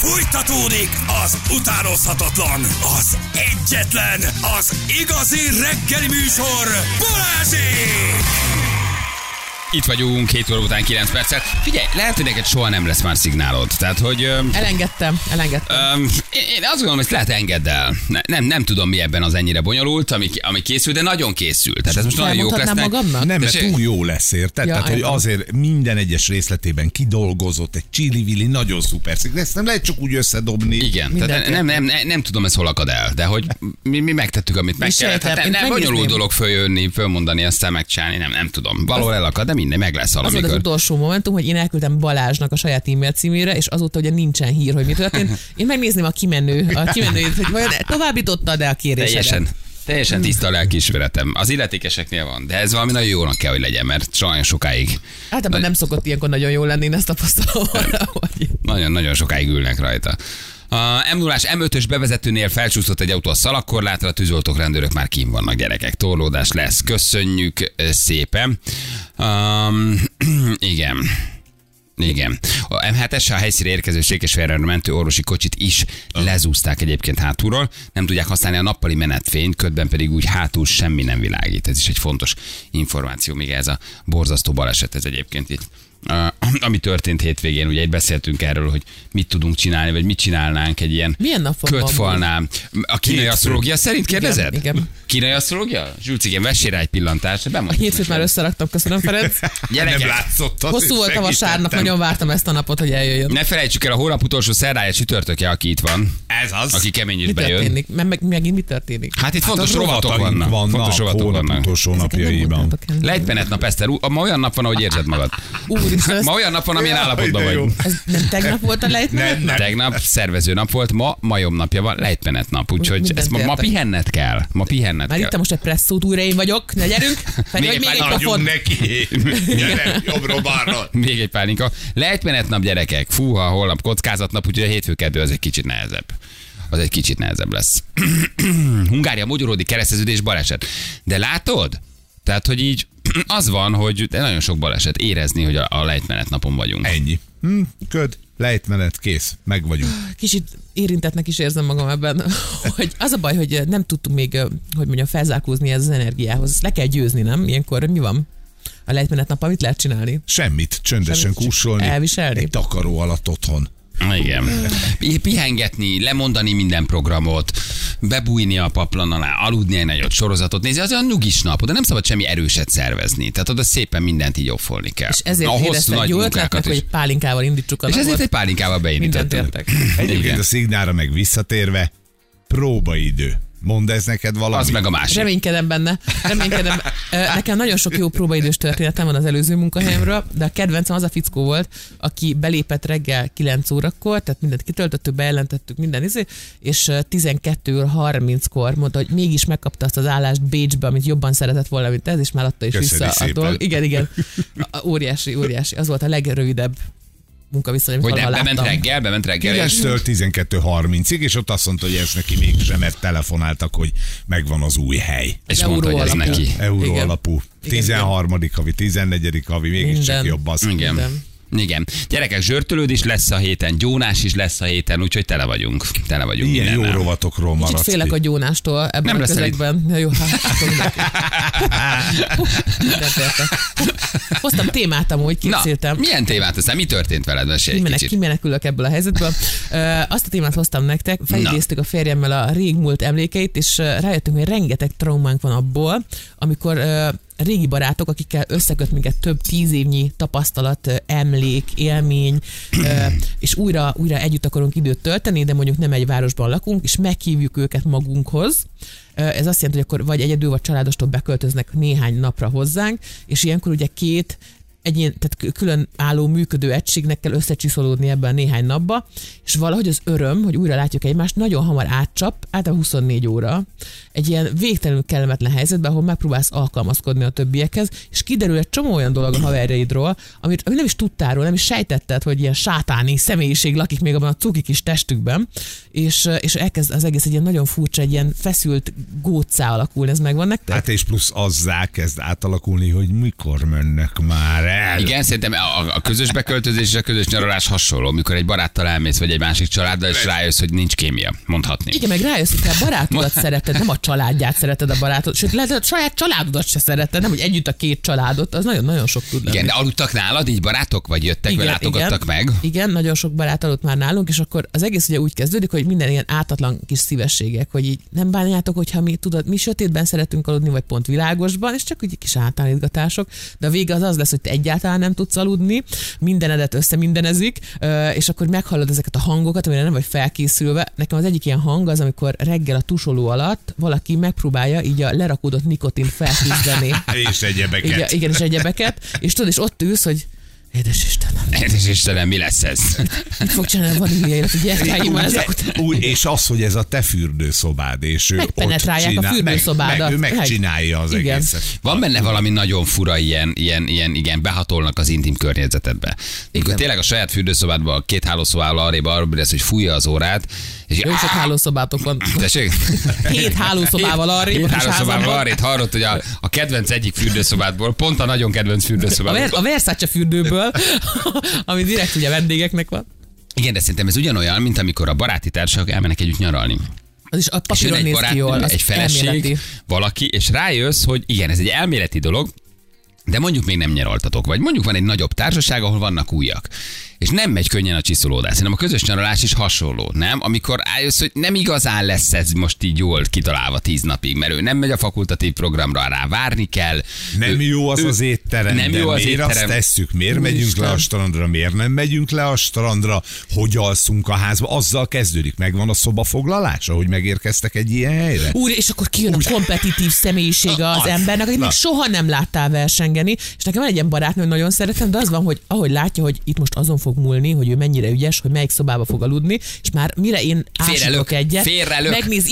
Fújtatódik az utánozhatatlan, az egyetlen, az igazi reggeli műsor, Balázsék! Itt vagyunk, 7 óra után 9 percet. Figyelj, lehet, hogy neked soha nem lesz már szignálod. Tehát, hogy... Elengedtem. Én azt gondolom, hogy lehet engedd el. Nem tudom, mi ebben az ennyire bonyolult, ami készül, de nagyon készül. Tehát ez most nagyon jók lesznek. Magamnak? Nem, mert túl jó lesz, érted? Ja, tehát, hogy azért minden egyes részletében kidolgozott, egy csili-vili, nagyon szuper szik. De ezt nem lehet csak úgy összedobni. Igen, tehát nem tudom, ez hol akad el, de hogy mi megtettük, amit meg kellett. Hát nem bonyolult dolog följönni, fölmondani, aztán megcsinálni, nem tudom. Valahol elakad, de minden meg lesz valamikor. Az volt az utolsó momentum, hogy én elküldtem Balázsnak a saját e-mail címére, és azóta ugye nincsen hír, hogy mi történt. Én megnézném a kimenőjét, hogy vajon továbbította-e a kérésedet. Teljesen tiszta a lelkiismeretem. Az illetékeseknél van, de ez valami nagyon jónak kell, hogy legyen, mert nagyon sokáig. Általában nem szokott ilyenkor nagyon jól lenni, én ezt tapasztalom. Nagyon sokáig ülnek rajta. A M0-ás M5-ös bevezetőnél felcsúszott egy autó a szalagkorlátra, a tűzoltók, rendőrök már kín vannak, gyerekek. Torlódás lesz. Köszönjük szépen. Igen. A M7-es a helyszínre érkező Székesfehérre mentő orvosi kocsit is lezúzták egyébként hátulról. Nem tudják használni a nappali menetfényt, ködben pedig úgy hátul semmi nem világít. Ez is egy fontos információ, még ez a borzasztó baleset ez egyébként itt. Ami történt hétvégén, ugye itt beszéltünk erről, hogy mit tudunk csinálni, vagy mit csinálnánk egy ilyen kötfalnál. A kínai asztrológia szerint kérdezed? Igen. Kínai asztrológia? Zsülci, igen, vessél rá egy pillantást. A hétfőt már összeraktam, köszönöm, Ferenc. Gyerekek, nem látszott. Hosszú volt a vasárnap, nagyon vártam ezt a napot, hogy eljöjjön. Ne felejtsük el, a hónap utolsó szerdája csütörtökje, aki itt van. Ez az. Aki kemény is Mi bejön. történik? Megint mi történik? Hát itt fontos rovatok vannak. Fontos rovatok vannak. Utolsó napjaiban. Lejtmenet nap, Eszter. Ma olyan nap van, ahogy érzed magad. Ma olyan nap van, amilyen állapotban vagy. Ez nem tegnap volt a lejtmenet nap? Tegnap szervező nap volt, ma majom napja van, lejtmenet nap. Úgyhogy ezt ma pihenned kell. Már ittem most egy presszót, újra én vagyok, ne gyerünk. Még egy pofon. Neki. Gyere, jobbról-balról. Még egy pálinka. Lejtmenet nap, gyerekek. Fúha, holnap kockázatnap, úgyhogy a hétfő-kedő az egy kicsit nehezebb. Az egy kicsit nehezebb lesz. Hungária, Magyaródi kereszteződés, baleset. De látod? Tehát, hogy így az van, hogy nagyon sok baleset érezni, hogy a lejtmenet napon vagyunk. Ennyi. Köd, lejtmenet, kész. Meg vagyunk. Kicsit érintettnek is érzem magam ebben, hogy az a baj, hogy nem tudtuk még, hogy mondjam, felzárkózni ez az energiához. Ezt le kell győzni, nem? Ilyenkor mi van? A lejtmenet nappal mit lehet csinálni? Semmit. Csöndesen kúsolni. Elviselni. Egy takaró alatt otthon. Igen. Pihengetni, lemondani minden programot, bebújni a paplan alá, aludni egy nagyot, sorozatot nézni, az olyan nyugis nap, de nem szabad semmi erőset szervezni. Tehát oda szépen mindent így offolni kell. És ezért éreztem egy jó ötletnek, hogy egy pálinkával indítsuk a napot. És ezért egy pálinkával beindítottunk. Egyébként a Szignálra meg visszatérve, próbaidő. Mondd ez neked valami? Az meg a másik. Reménykedem benne. Nekem nagyon sok jó próbaidős történetem van az előző munkahelyemről, de a kedvencem az a fickó volt, aki belépett reggel 9 órakor, tehát mindent kitöltöttük, bejelentettük minden és 12:30-kor mondta, hogy mégis megkapta azt az állást Bécsbe, amit jobban szeretett volna, mint ez, és már adta is vissza a dolog. Igen. Óriási. Az volt a legrövidebb munkaviszony, hogy nem, bement reggel. 9-től 12:30-ig, és ott azt mondta, hogy ez neki mégsem, mert telefonáltak, hogy megvan az új hely. És mondta, hogy ez neki. Euró alapú. 13. havi, 14. havi, mégiscsak jobb az. Igen. Gyerekek, zsörtölődés lesz a héten, gyónás is lesz a héten, úgyhogy tele vagyunk. Ilyen jó rovatokról maradsz. Kicsit félek a gyónástól ebben nem a közegben. Ja, jó, hoztam témát amúgy, készültem. Na, milyen témát aztán? Mi történt veled? Kimenekülök ebből a helyzetből. Azt a témát hoztam nektek, felidéztük a férjemmel a régmúlt emlékeit, és rájöttünk, hogy rengeteg traumánk van abból, amikor régi barátok, akikkel összeköt minket több 10 évnyi tapasztalat, emlék, élmény, és újra együtt akarunk időt tölteni, de mondjuk nem egy városban lakunk, és meghívjuk őket magunkhoz. Ez azt jelenti, hogy akkor vagy egyedül, vagy családostól beköltöznek néhány napra hozzánk, és ilyenkor ugye tehát külön álló működő egységnek kell összecsiszolódni ebben a néhány napba, és valahogy az öröm, hogy újra látjuk egymást, nagyon hamar átcsap, általában 24 óra, egy ilyen végtelenül kellemetlen helyzetben, ahol megpróbálsz alkalmazkodni a többiekhez, és kiderül egy csomó olyan dolog a haverjaidról, amit nem is tudtál, nem is sejtetted, hogy ilyen sátáni személyiség lakik még abban a cuki kis testükben, és elkezd az egész egy ilyen nagyon furcsa, egy ilyen feszült góccá alakulni, ez megvan nektek? Hát és plusz azzá kezd átalakulni, hogy mikor mennek már Igen, szerintem a közös beköltözés és a közös nyaralás hasonló, amikor egy baráttal elmész, vagy egy másik családdal, és rájössz, hogy nincs kémia, mondhatni. Igen, meg rájössz, hogy te a barátodat szereted, nem a családját szereted a barátod, sőt, lehet, hogy a saját családodat se szereted, nem, hogy együtt a két családot, az nagyon-nagyon sok tud lenni. Igen, de aludtak nálad így barátok, vagy jöttek, vagy látogattak meg? Igen, nagyon sok barát aludt már nálunk, és akkor az egész ugye úgy kezdődik, hogy minden ilyen ártatlan kis szívességek, hogy így nem bánjátok, hogyha mi sötétben szeretünk aludni, vagy pont világosban, és csak úgy kis általítgatások, de a vége az lesz, hogy te egyáltalán nem tudsz aludni, mindenedet összemindenezik, és akkor meghallod ezeket a hangokat, amire nem vagy felkészülve. Nekem az egyik ilyen hang az, amikor reggel a tusoló alatt valaki megpróbálja így a lerakódott nikotint felküzdeni. És egyebeket. Igen, és egyebeket. És tudod, és ott ülsz, hogy édes Istenem. Édes Istenem, mi lesz ez? Mit fog csinálni, van ilyen élet, hogy gyertyáim már ezek után. És az, hogy ez a te fürdőszobád, és ő megpenetrálják a fürdőszobádat. ő megcsinálja az igen. egészet. Van benne valami nagyon fura, ilyen behatolnak az intim környezetedbe. Amikor tényleg a saját fürdőszobádban, két hálószobával arra lesz, hogy fújja az órát. És jó sok hálószobátok van. Tessék? 7 hálószobával arrébb. 7 hálószobával arrébb hallott, hogy a kedvenc egyik fürdőszobádból, pont a nagyon kedvenc fürdőszobádból. A Versace fürdőből, ami direkt ugye vendégeknek van. Igen, de szerintem ez ugyanolyan, mint amikor a baráti társak elmennek együtt nyaralni. Az is a és jön papíron néz ki jól, egy feleség, elméleti. valaki, és rájössz, hogy igen, ez egy elméleti dolog, de mondjuk még nem nyaraltatok, vagy mondjuk van egy nagyobb társaság, ahol vannak újak. És nem megy könnyen a csiszolódás. Szerintem a közös nyaralás is hasonló, nem? Amikor rájössz, hogy nem igazán lesz ez most így jól kitalálva 10 napig, mert ő nem megy a fakultatív programra, rá várni kell. Nem jó az az étterem, nem jó az miért étterem. Azt tesszük? Miért megyünk le a strandra? Miért nem megyünk le a strandra? Hogy alszunk a házba? Azzal kezdődik. Megvan a szobafoglalása, hogy megérkeztek egy ilyen helyre? Úr, és akkor kijön a kompetitív személyisége az embernek, akit még soha nem láttál versengeni, és nekem van egy ilyen barátnő, nagyon szeretem, de az van, hogy ahogy látja, hogy itt most azon fog múlni, hogy ő mennyire ügyes, hogy melyik szobába fog aludni, és már mire én ásítok egyet, megnéz,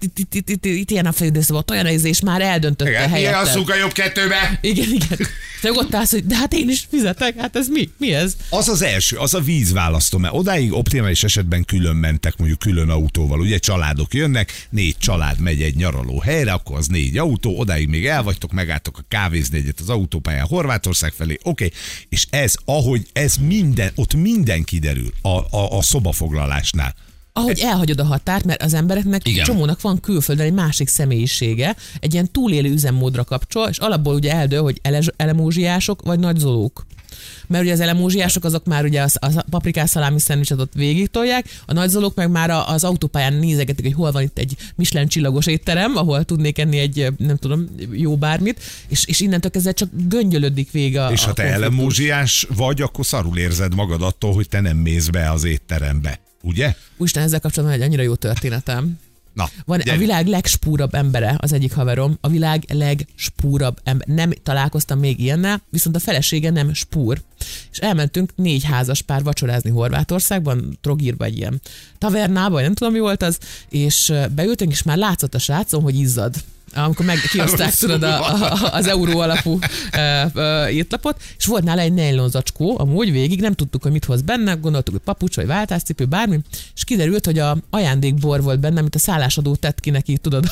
itt ilyen a fürdőszoba, olyan ez, és már eldöntötte a helyet. Igen, alszunk a jobb kettőbe. Igen. Te ott állsz, hogy de hát én is fizetek, hát ez mi? Mi ez? Az az első, az a vízválasztó, mert odáig optimális esetben külön mentek, mondjuk külön autóval. Ugye családok jönnek, 4 család megy egy nyaraló helyre, akkor az 4 autó, odáig még elvagytok, megálltok a kávézni egyet az autópályán Horvátország felé, oké. És ez, ahogy ez minden, ott minden kiderül a szobafoglalásnál. Ahogy elhagyod a határt, mert az embereknek csomónak van külföldön egy másik személyisége, egy ilyen túlélő üzemmódra kapcsol, és alapból ugye eldől, hogy elemózsiások vagy nagyzolók. Mert ugye az elemózsiások azok már ugye a paprikás szalámi szendvicset ott végig tolják, a nagyzolók meg már az autópályán nézegetik, hogy hol van itt egy Michelin csillagos étterem, ahol tudnék enni egy, nem tudom, jó bármit, és innentől kezdve csak göngyölödik vége. És ha te elemózsiás vagy, akkor szarul érzed magad attól, hogy te nem mész be az étterembe. Ugye? Úristen, ezzel kapcsolatban egy annyira jó történetem. Na, van a világ legspúrabb embere, az egyik haverom, a világ legspúrabb ember. Nem találkoztam még ilyennel, viszont a felesége nem spúr. És elmentünk 4 házas pár vacsorázni Horvátországban, Trogirba egy ilyen tavernába, vagy nem tudom mi volt az, és beültünk, és már látszott a srácom, hogy izzad. Amikor kioszták, tudod, az euró alapú étlapot, és volt nála egy nylon zacskó, amúgy végig nem tudtuk, hogy mit hoz benne, gondoltuk, hogy papucs, vagy váltáscipő, bármi, és kiderült, hogy a ajándékbor volt benne, amit a szállásadó tett ki neki, tudod,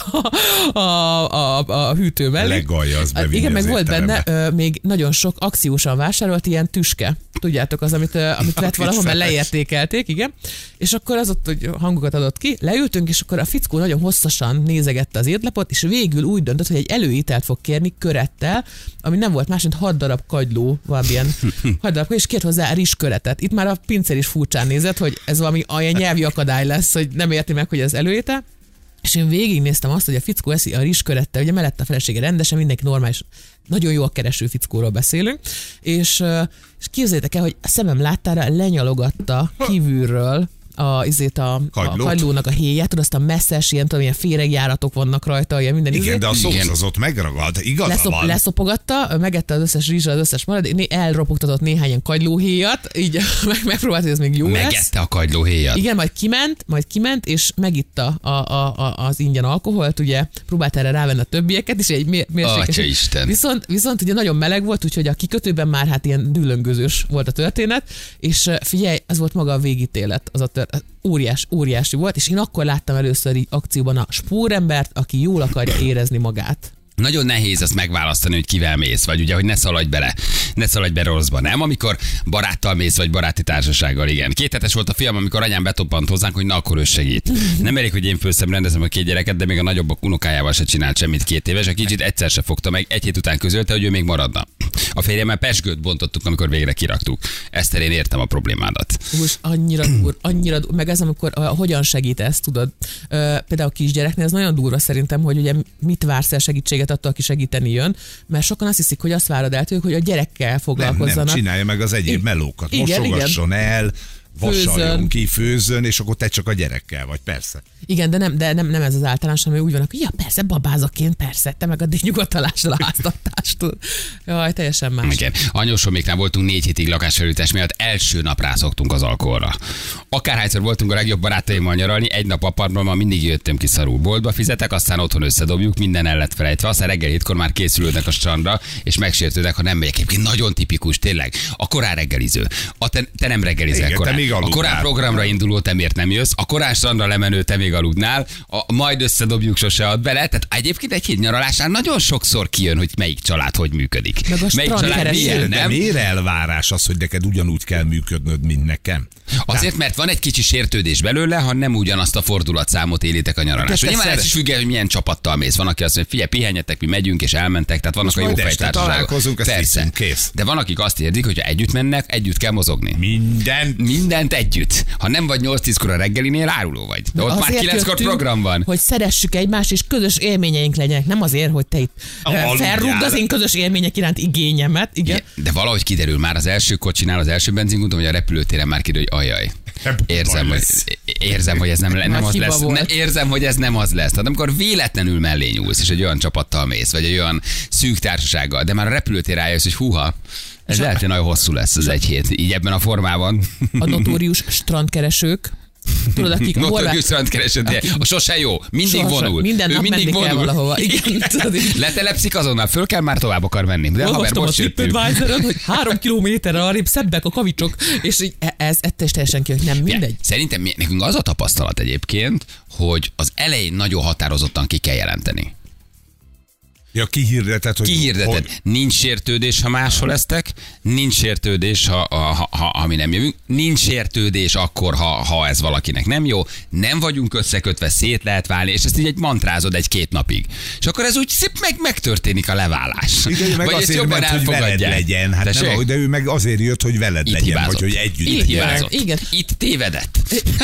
a hűtő mellé. Legalja az bevinni. Igen, meg az volt étterembe. benne még nagyon sok akciósan vásárolt ilyen tüske. Tudjátok, az, amit vett valahol, mert leértékelték, igen. És akkor az ott, hogy hangokat adott ki, leültünk, és akkor a fickó nagyon hosszasan nézegette az étlapot, és végül úgy döntött, hogy egy előételt fog kérni körettel, ami nem volt más, mint 6 darab kagyló, valamilyen 6 darab, és kért hozzá rizsköretet. Itt már a pincér is furcsán nézett, hogy ez valami olyan nyelvi akadály lesz, hogy nem érti meg, hogy ez előétel. És én végignéztem azt, hogy a fickó eszi a rizskörettel, ugye mellett a felesége rendesen, mindenki normális, nagyon jó a kereső fickóról beszélünk, és képzeljétek el, hogy a szemem láttára lenyalogatta kívülről a kagylónak a héját, tudod, azt a messzes, ilyen féregjáratok vannak rajta, ilyen minden. Igen, de a szósz az ott megragad, igaza van. Leszopogatta, megette az összes rizsra, az összes maradék, elropogtatott néhány ilyen kagylóhéjat, így megpróbált, hogy ez még jó lesz. Megette a kagylóhéjat. Igen, majd kiment, és megitta az ingyen alkoholt, ugye, próbált erre rávenni a többieket, és egy mérsékes. Viszont ugye nagyon meleg volt, úgyhogy a kikötőben már hát ilyen dűlöngözős volt a történet, és figyelj, ez volt maga a végítélet, az a óriási volt, és én akkor láttam először így akcióban a spórembert, aki jól akarja érezni magát. Nagyon nehéz azt megválasztani, hogy kivel mész, vagy ugye, hogy ne szaladj be rosszba, nem? Amikor baráttal mész, vagy baráti társasággal, igen. 2 hetes volt a film, amikor anyám betoppant hozzánk, hogy na akkor ő segít. Nem elég, hogy én főszem rendezem a 2 gyereket, de még a nagyobbak unokájával se csinált semmit 2 éves, a kicsit egyszer se fogta meg, 1 hét után közölte, hogy ő még maradna. A férjemmel pezsgőt bontottuk, amikor végre kiraktuk. Ezt én értem a problémádat. Hús, annyira dur, meg ez amikor hogyan segítesz, tudod. Például a kisgyereknél ez nagyon durva szerintem, hogy ugye mit vársz el segítséget attól, aki segíteni jön, mert sokan azt hiszik, hogy azt várod el tőlük, hogy a gyerekkel foglalkozzanak. Nem, csinálja meg az egyéb melókat. Mosogasson el, vasaljon ki, főzzön, és akkor te csak a gyerekkel vagy, persze. Igen, de nem ez az általános, ami úgy van, hogy ja, persze, babázaként, persze, te meg addig nyugodtalással a háztartástól. Jaj, teljesen más. Igen. Anyósoméknál voltunk 4 hétig lakásfelújítás miatt, első nap rászoktunk az alkoholra. Akárhányszor voltunk a legjobb barátaimmal nyaralni, egy nap apartmanban mindig jöttem ki szarul. Boltba fizetek, aztán otthon összedobjuk, minden el lett felejtve. Aztán reggel 7-kor már készülődnek a strandra, és megsértődnek, ha nem megyek. Egyébként nagyon tipikus, tényleg. A korán reggeliző. Te nem reggelizel korán. A korán programra induló, te miért nem jössz? A korán strandra lemenő, te még aludnál. Majd összedobjuk, sose ad bele. Tehát egyébként egy hét nyaralásán nagyon sokszor kijön, hogy melyik család hogy működik. Melyik család milyen, nem? Miért elvárás az, hogy neked ugyanúgy kell működnöd, mint nekem? Azért, mert van egy kicsi sértődés belőle, ha nem ugyanazt a fordulatszámot élitek a nyaraláson. Nyilván ez is függ, hogy milyen csapattal mész. Van, aki azt mondja, figyelj, pihenjetek, mi megyünk és elmentek, tehát vannak most a jó fejtársaságok. Persze. Kész. De van, akik azt érzik, hogy ha együtt mennek, együtt kell mozogni. Mindent együtt. Ha nem vagy 8-10-kor a reggelinél, áruló vagy. De ott már 9-kor program van. Hogy szeressük egymást, és közös élményeink legyenek. Nem azért, hogy te itt felrúgd az én közös élmények iránt igényemet. Igen. De valahogy kiderül már az első kocsinál, az első benzinkúton, vagy a repülőtéren már kiderül, hogy ajaj. Érzem, hogy ez nem az lesz. Érzem, hogy ez nem az lesz. Tehát amikor véletlenül mellé nyúlsz, és egy olyan csapattal mész, vagy egy olyan szűk társasággal, de már a repülőtér rájössz, hogy húha, ez lehet, hogy nagyon hosszú lesz az egy hét, így ebben a formában. A notórius strandkeresők. Tudod, akik notórius strandkeresők, a sose jó, mindig vonul. Minden nap menni kell valahova. Igen, letelepszik azonnal, föl kell, már tovább akar menni. De haver, most jöttünk. Hogy 3 kilométerre arrébb szebbek a kavicsok, és ez teljesen ki, hogy nem mindegy. Szerintem nekünk az a tapasztalat egyébként, hogy az elején nagyon határozottan ki kell jelenteni. Ja, kihirdeted, hogy... Kihirdeted. Nincs sértődés, ha máshol eztek, nincs sértődés, ha mi nem jövünk, nincs sértődés akkor, ha ez valakinek nem jó, nem vagyunk összekötve, szét lehet válni, és ezt így egy mantrázod 1-2 napig. És akkor ez úgy szép megtörténik a leválás. Igen, meg vagy azért ment, hogy veled legyen. Hát nem, de ő meg azért jött, hogy veled itt legyen, hibázott. Vagy hogy együtt itt legyen. Igen. Itt tévedett.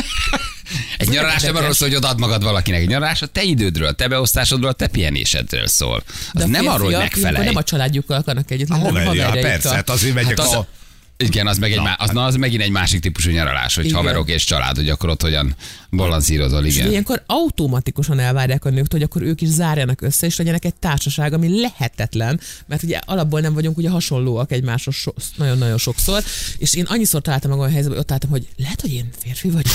Egy nyaralás nem arról szól, hogy odaad magad valakinek. Egy nyaralás a te idődről, a te beosztásodról, a te pihenésedről szól. Az nem arról, hogy megfelelj. Nem a családjukkal akarnak együtt. Persze, hát azért megyek Igen, az megint egy másik típusú nyaralás, hogy haverok és család, hogy akkor ott hogyan balanszírozol, igen. És ilyenkor automatikusan elvárják a nőktől, hogy akkor ők is zárjanak össze, és legyenek egy társaság, ami lehetetlen, mert ugye alapból nem vagyunk ugye hasonlóak egymáshoz nagyon-nagyon sokszor, és én annyiszor találtam meg olyan helyzetben, hogy ott álltam, hogy lehet, hogy én férfi vagyok.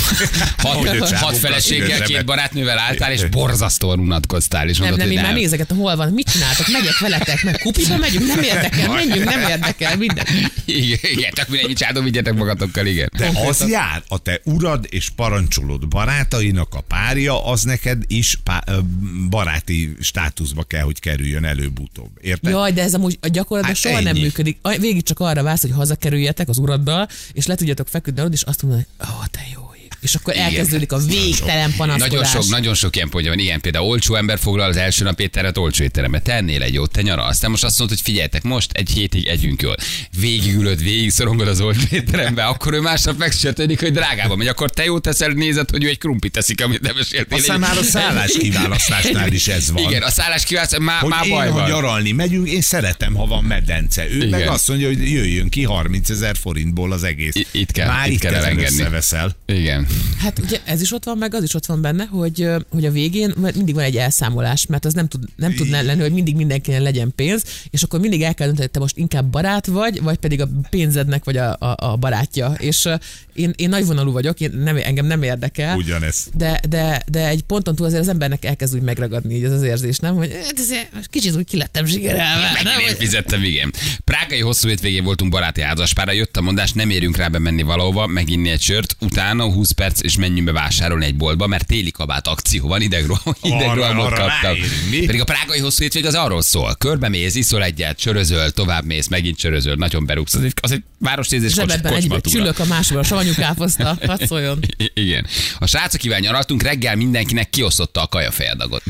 6 feleséggel, 2 barátnővel álltál, és borzasztóan unatkoztál, és mondod, nem, én már nézeket, hol van, mit csináltok, megyek veletek, meg kupiba megyünk, nem érdekel, menjünk, nem érdekel, minden. Igen, csak mindegy, mit csináltok, vigyetek magatokkal, igen. De az jár, a te urad és parancsolod barátainak a párja, az neked is baráti státuszba kell, hogy kerüljön előbb-utóbb. Érted? Jaj, de ez amúgy a gyakorlatban soha nem működik. Végig csak arra vársz, hogy hazakerüljetek az uraddal, és le tudjatok feküdni, és azt mondod, hogy te jó. És akkor elkezdődik a végtelen panaszkodás. Nagyon sok ilyen pontja van. Igen, például olcsó ember foglal az első nap éttermet olcsó étterembe. Tennél egy jót, te nyaralsz. Te most azt mondod, hogy figyeljetek, most egy hétig együnk jól. Végig szorongod az olcsó étterembe, akkor ő másnap megsértődik, hogy drágában megy. Akkor te jót teszel, nézed, hogy ő egy krumplit teszik, amit nem eséltél. Aztán már a szállás kiválasztásnál is ez van. Igen, a szállás kiválasztás már baj van. Ha nyaralni megyünk, én szeretem, ha van medence. Ő meg azt mondja, hogy jöjjön ki 30 000 forintból az egész. Itt kell elengedni. Igen. Hát ugye ez is ott van, meg az is ott van benne, hogy a végén mindig van egy elszámolás, mert az nem tud lenni, hogy mindig mindenkinek legyen pénz, és akkor mindig el kell dönteni, hogy te most inkább barát vagy pedig a pénzednek vagy a barátja. És én nagyvonalú vagyok, engem nem érdekel. Ugyanez. De egy ponton túl azért az embernek elkezd úgy megragadni így az érzés, nem? Hogy kicsit úgy kilettem zsigerelve. Én fizettem, igen. Prágai hosszú hétvégén voltunk baráti házaspárra, jött a mondás, nem érünk rá bemenni valahova, meginni egy sört, utána 20 perc, és menjünk be vásárolni egy boltba, mert téli kabát akció van, idegrohamot kaptam. Pedig a prágai hosszú hétvég az arról szól. Körbemész, iszol egyet, csörözöl, tovább mész, megint csörözöl, nagyon berúgsz. Az egy városnézés zsebedben egybe csülök a másikból, a savanyú káposzta, hadd szóljon. Igen. A srácok kíván nyaraltunk, reggel mindenkinek kiosztotta a kajafejadagot.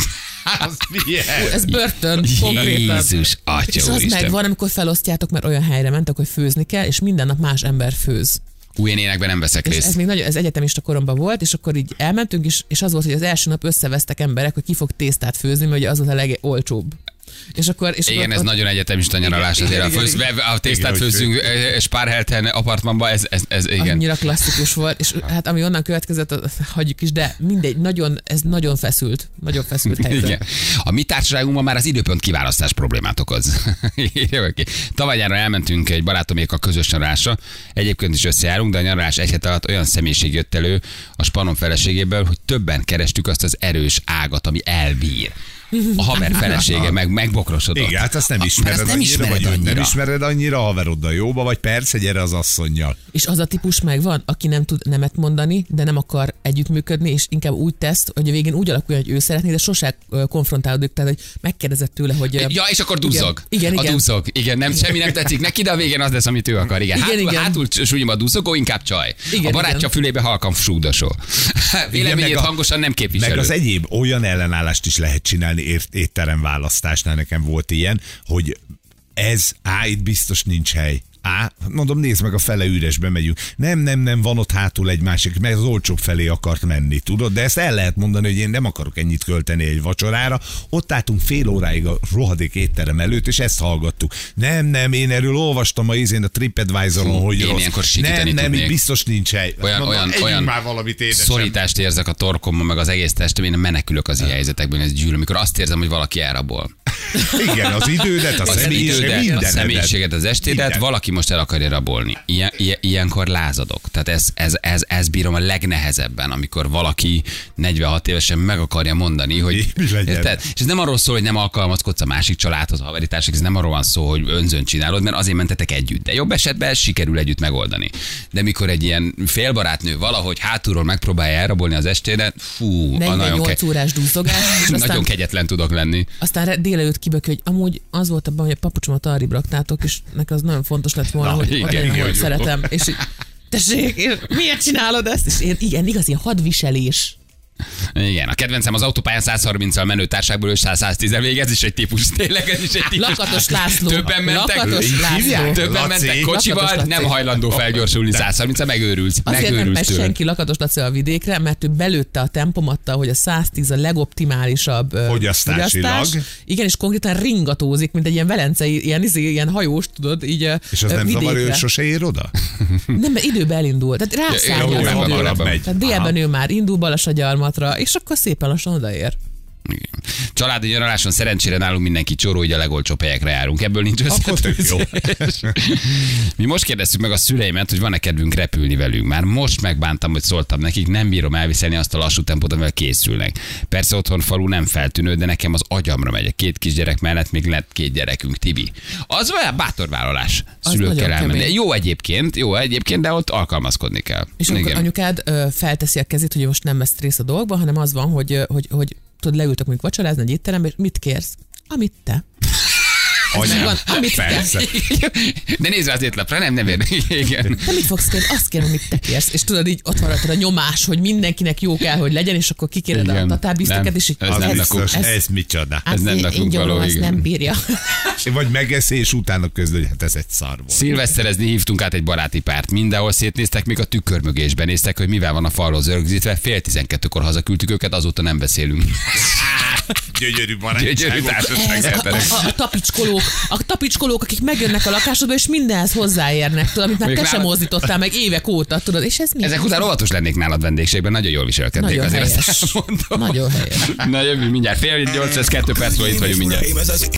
Ez börtön, konkrétan. Jézus, Atya és az Úristen. megvan, amikor felosztjátok, mert olyan helyre mentek, hogy főzni kell, és minden nap más ember főz. Új énekben nem veszek És részt. ez még nagyon, ez egyetemista koromban volt, és akkor így elmentünk, és az volt, hogy az első nap összevesztek emberek, hogy ki fog tésztát főzni, mert ugye az volt a legolcsóbb. És akkor Igen, ez nagyon egyetemista nyaralás azért. A tésztát főzzünk Spárhelten apartmanban, ez igen. Annyira klasszikus volt, és hát ami onnan következett, hagyjuk is, de mindegy, ez nagyon feszült helyzet. Igen. A mi társaságunkban már az időpont kiválasztás problémát okoz. Tavaly nyáron elmentünk egy barátomékkal közös nyaralásra, egyébként is összejárunk, de a nyaralás egy hét alatt olyan személyiség jött elő a spanom feleségéből, hogy többen kerestük azt az erős ágat, ami elbír. A haver felesége megbokrosodott. Igen, hát azt nem ismered annyira, vagy őt nem ismered annyira, a haveroddal jóba vagy, persze, gyere az asszonnyal. És az a típus megvan, aki nem tud nemet mondani, de nem akar együttműködni, és inkább úgy tesz, hogy a végén úgy alakuljon, hogy ő szeretné, de sose konfrontálódik, tehát hogy megkérdezett tőle, hogy... Ja, és akkor duzzog. Igen. A duzzog. Igen, nem, semmi nem tetszik neki, de a végén az lesz, amit ő akar. Igen. Hátul súlyban duzzogó, inkább csaj. Igen, a barátja fülébe halkan súgdosó. Véleményét hangosan nem képviselő. Meg az egyéb olyan ellenállást is lehet csinálni étteremválasztásnál, nekem volt ilyen, hogy itt biztos nincs hely. Mondom, nézd meg, a fele üresbe megyünk. Nem, van ott hátul egy másik, mert az olcsóbb felé akart menni, tudod? De ezt el lehet mondani, hogy én nem akarok ennyit költeni egy vacsorára. Ott álltunk fél óráig a rohadék étterem előtt, és ezt hallgattuk. Nem, én erről olvastam a TripAdvisoron, hogy én rossz. Nem, itt biztos nincs hely. Olyan már valamit édesem. szorítást érzek a torkomban, meg az egész testem, én menekülök az ilyen helyzetekben, ez gyűlöm, amikor azt érzem, hogy valaki elrabol. Igen, az idődet, a személyiséget, az estédet, valaki most el akarja rabolni. Ilyenkor lázadok. Tehát ez bírom a legnehezebben, amikor valaki 46 évesen meg akarja mondani, hogy... És ez nem arról szól, hogy nem alkalmazkodsz a másik családhoz, a haveritársak, ez nem arról van szó, hogy önzön csinálod, mert azért mentetek együtt. De jobb esetben sikerül együtt megoldani. De mikor egy ilyen félbarátnő valahogy hátulról megpróbálja elrabolni az estédet, 48 órás duzzogás. Nagyon kegyetlen tudok lenni. Aztán délelőtt kibökő, hogy amúgy az volt abban, hogy a papucsomat arrébb raktátok, és nekem az nagyon fontos lett volna, hogy szeretem. És tessék, és miért csinálod ezt? És igen, igazi hadviselés. Igen, a kedvencem az autópályán 130-al menő társágból ő 110-el végez, is egy típus, tényleg ez is egy típus. Lakatos László. Többen mentek kocsival, nem hajlandó felgyorsulni 130-al, megőrülsz. Azért nem megy senki Lakatos Laci a vidékre, mert ő belőtte a tempomattal, hogy a 110 a legoptimálisabb fogyasztásilag. Igen, és konkrétan ringatózik, mint egy ilyen velencei, ilyen hajós, tudod, így és az nem zavar, ő sose ér oda? Nem, mert időben elindul. Tehát rászállja az időre. Tehát délben ő már indul Balassagyarmatra, és akkor szépen lassan odaér. Igen. Családi nyaraláson szerencsére nálunk mindenki csoró, hogy a legolcsóbb helyekre járunk. Ebből nincs összetűzés. Mi most kérdeztük meg a szüleimet, hogy van-e kedvünk repülni velünk. Már most megbántam, hogy szóltam nekik, nem bírom elviselni azt a lassú tempót, amivel készülnek. Persze otthon falu nem feltűnő, de nekem az agyamra megy. A 2 kisgyerek mellett még lett 2 gyerekünk, Tibi. Az olyan bátor vállalás szülőkkel elmenni. Jó egyébként, de ott alkalmazkodni kell. És akkor anyukád felteszi a kezét, hogy most nem vesz rész a dolgban, hanem az van, hogy tudod, leültök mondjuk vacsorázni egy étterembe, és mit kérsz? Amit te. Anyám, amit persze. De nézd rá az étlapra, nem ér. Igen. Te mit fogsz kérni? Azt kérem, amit te kérsz. És tudod, így ott van a nyomás, hogy mindenkinek jó kell, hogy legyen, és akkor kikéred a tatárbiszteket, és így... Ez micsoda? Ez nem nekünk való. Azt nem bírja. Vagy megeszi, és utána közül, hogy hát ez egy szar volt. Szilveszterezni hívtunk át egy baráti párt. Mindenhol szétnéztek, még a tükör mögé is benéztek, hogy mivel van a falhoz rögzítve. 11:30-kor hazaküldtük őket, azóta nem beszélünk. Gyönyörű barátságok. A tapicskolók, akik megjönnek a lakásodba, és mindenhez hozzáérnek, tudod, amit már te sem mozdítottál meg évek óta, tudod, és ez mi? Ezek után óvatos lennék nálad vendégségben, nagyon jól viselkednék. Nagyon helyes. Nagyon helyes. Na jövő mindjárt, 7:08, 2 perc, itt vagyunk mindjárt.